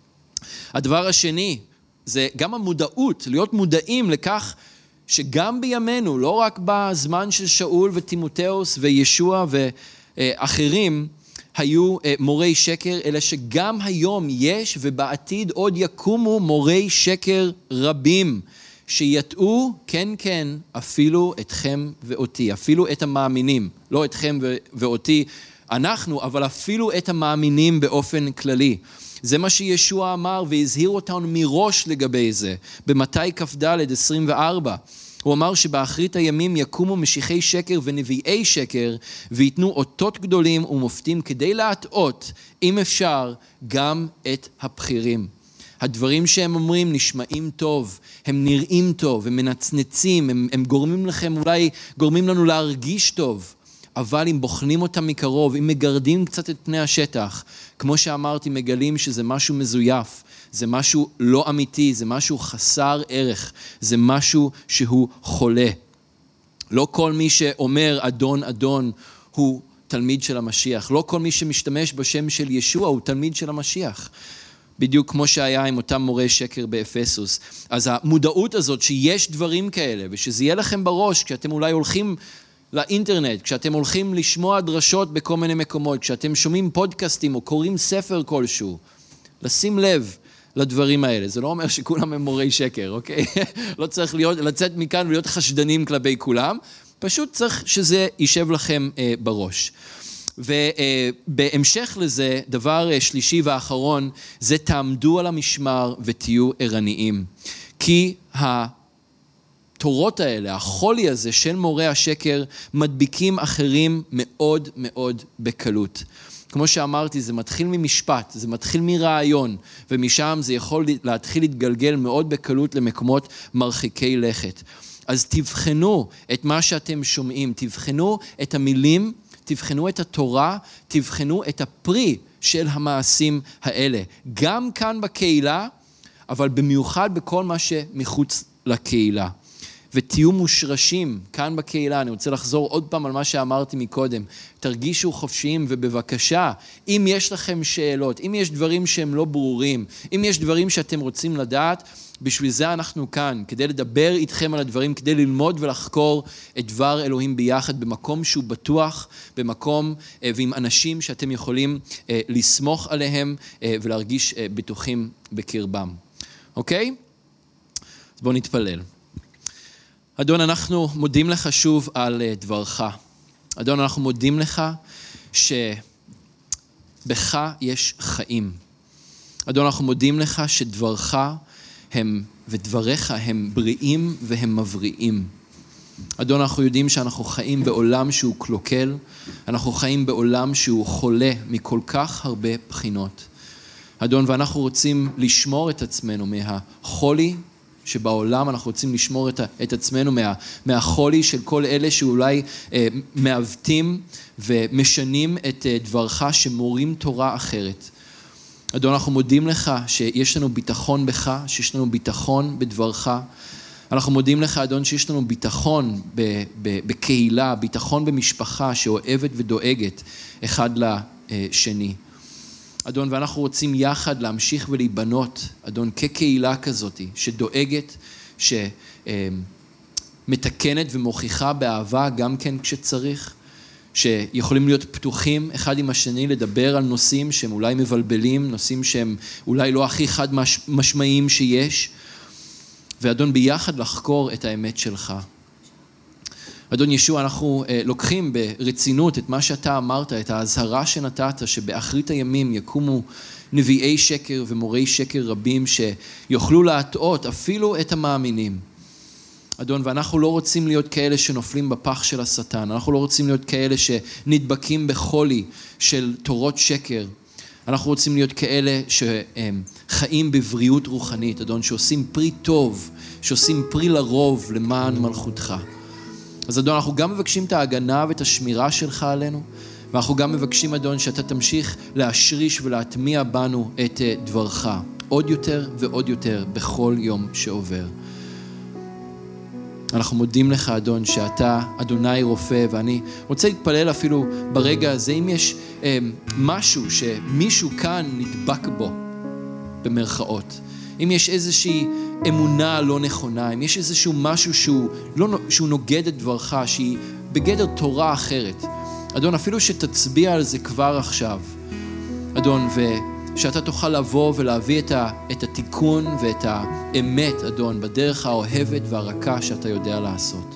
הדבר השני, זה גם המודעות, להיות מודעים לכך שגם בימינו, לא רק בזמן של שאול וטימותאוס וישוע ואחרים, היו מורי שקר, אלא שגם היום יש ובעתיד עוד יקומו מורי שקר רבים, שיטעו, כן כן, אפילו אתכם ואותי, אפילו את המאמינים, לא אתכם ואותי אנחנו, אבל אפילו את המאמינים באופן כללי. זה מה שישוע אמר והזהיר אותנו מראש לגבי זה, במתי כ"ד עשרים וארבע. הוא אמר שבאחרית הימים יקומו משיחי שקר ונביאי שקר, ויתנו אותות גדולים ומופתים כדי להטעות, אם אפשר, גם את הבכירים. הדברים שהם אומרים נשמעים טוב, הם נראים טוב, הם מנצנצים, הם, הם גורמים לכם, אולי גורמים לנו להרגיש טוב, אבל אם בוחנים אותם מקרוב, אם מגרדים קצת את פני השטח, כמו שאמרתי, מגלים שזה משהו מזויף, זה משהו לא אמיתי, זה משהו חסר ערך, זה משהו שהוא חולה. לא כל מי שאומר אדון אדון הוא תלמיד של המשיח, לא כל מי שמשתמש בשם של ישוע הוא תלמיד של המשיח. בדיוק כמו שהיה עם אותם מורי שקר באפסוס. אז המודעות הזאת שיש דברים כאלה, ושזה יהיה לכם בראש, כשאתם אולי הולכים לאינטרנט, כשאתם הולכים לשמוע דרשות בכל מיני מקומות, כשאתם שומעים פודקאסטים או קוראים ספר כלשהו, לשים לב לדברים האלה. זה לא אומר שכולם הם מורי שקר, אוקיי? לא צריך להיות, לצאת מכאן ולהיות חשדנים כלפי כולם, פשוט צריך שזה יישב לכם אה, בראש. ובהמשך לזה, דבר שלישי ואחרון, זה תעמדו על המשמר ותהיו ערניים. כי התורות האלה, החולי הזה של מורי השקר, מדביקים אחרים מאוד מאוד בקלות. כמו שאמרתי, זה מתחיל ממשפט, זה מתחיל מרעיון, ומשם זה יכול להתחיל להתגלגל מאוד בקלות למקומות מרחיקי לכת. אז תבחנו את מה שאתם שומעים, תבחנו את המילים, תבחנו את התורה, תבחנו את הפרי של המעשים האלה. גם כאן בקהילה, אבל במיוחד בכל מה שמחוץ לקהילה. ותהיו מושרשים כאן בקהילה. אני רוצה לחזור עוד פעם על מה שאמרתי מקודם. תרגישו חופשיים, ובבקשה, אם יש לכם שאלות, אם יש דברים שהם לא ברורים, אם יש דברים שאתם רוצים לדעת, בשביל זה אנחנו כאן, כדי לדבר איתכם על הדברים, כדי ללמוד ולחקור את דבר אלוהים ביחד, במקום שהוא בטוח, במקום ועם אנשים שאתם יכולים לסמוך עליהם ולהרגיש בטוחים בקרבם. אוקיי? אז בואו נתפלל. אדון, אנחנו מודים לך שוב על דברך. אדון, אנחנו מודים לך שבך יש חיים. אדון, אנחנו מודים לך שדברך הם, ודבריך הם בריאים והם מבריאים. אדון, אנחנו יודעים שאנחנו חיים בעולם שהוא קלוקל, אנחנו חיים בעולם שהוא חולה מכל כך הרבה בחינות. אדון, ואנחנו רוצים לשמור את עצמנו מהחולי שבעולם, אנחנו רוצים לשמור את, את עצמנו מה, מהחולי של כל אלה שאולי אה, מעוותים ומשנים את אה, דברך, שמורים תורה אחרת. אדון, אנחנו מודים לך שיש לנו ביטחון בך, שיש לנו ביטחון בדברך. אנחנו מודים לך, אדון, שיש לנו ביטחון ב, ב, בקהילה, ביטחון במשפחה שאוהבת ודואגת אחד לשני. אדון, ואנחנו רוצים יחד להמשיך ולהיבנות, אדון, כקהילה כזאת, שדואגת, שמתקנת ומוכיחה באהבה גם כן כשצריך, שיכולים להיות פתוחים אחד עם השני, לדבר על נושאים שהם אולי מבלבלים, נושאים שהם אולי לא הכי חד משמעיים שיש, ואדון, ביחד לחקור את האמת שלך. אדון ישוע, אנחנו אה, לוקחים ברצינות את מה שאתה אמרת, את ההזהרה שנתת, שבאחרית הימים יקומו נביאי שקר ומורי שקר רבים שיוכלו להטעות אפילו את המאמינים. אדון, ואנחנו לא רוצים להיות כאלה שנופלים בפח של השטן, אנחנו לא רוצים להיות כאלה שנדבקים בחולי של תורות שקר, אנחנו רוצים להיות כאלה שחיים בבריאות רוחנית, אדון, שעושים פרי טוב, שעושים פרי לרוב למען מלכותך. אז אדון, אנחנו גם מבקשים את ההגנה ואת השמירה שלך עלינו, ואנחנו גם מבקשים, אדון, שאתה תמשיך להשריש ולהטמיע בנו את דברך, עוד יותר ועוד יותר בכל יום שעובר. אנחנו מודים לך, אדון, שאתה אדוני רופא, ואני רוצה להתפלל אפילו ברגע הזה, אם יש אה, משהו שמישהו כאן נדבק בו, במרכאות, אם יש איזושהי אמונה לא נכונה, אם יש איזשהו משהו שהוא, לא, שהוא נוגד את דברך, שהיא בגדר תורה אחרת, אדון, אפילו שתצביע על זה כבר עכשיו, אדון, ושאתה תוכל לבוא ולהביא את, ה, את התיקון ואת האמת, אדון, בדרך האוהבת והרכה שאתה יודע לעשות.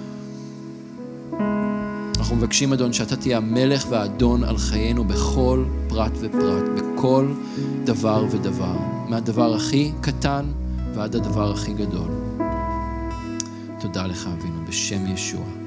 אנחנו מבקשים, אדון, שאתה תהיה המלך והאדון על חיינו בכל פרט ופרט, בכל דבר ודבר, מהדבר הכי קטן ועד הדבר הכי גדול. תודה לך, אבינו, בשם ישוע.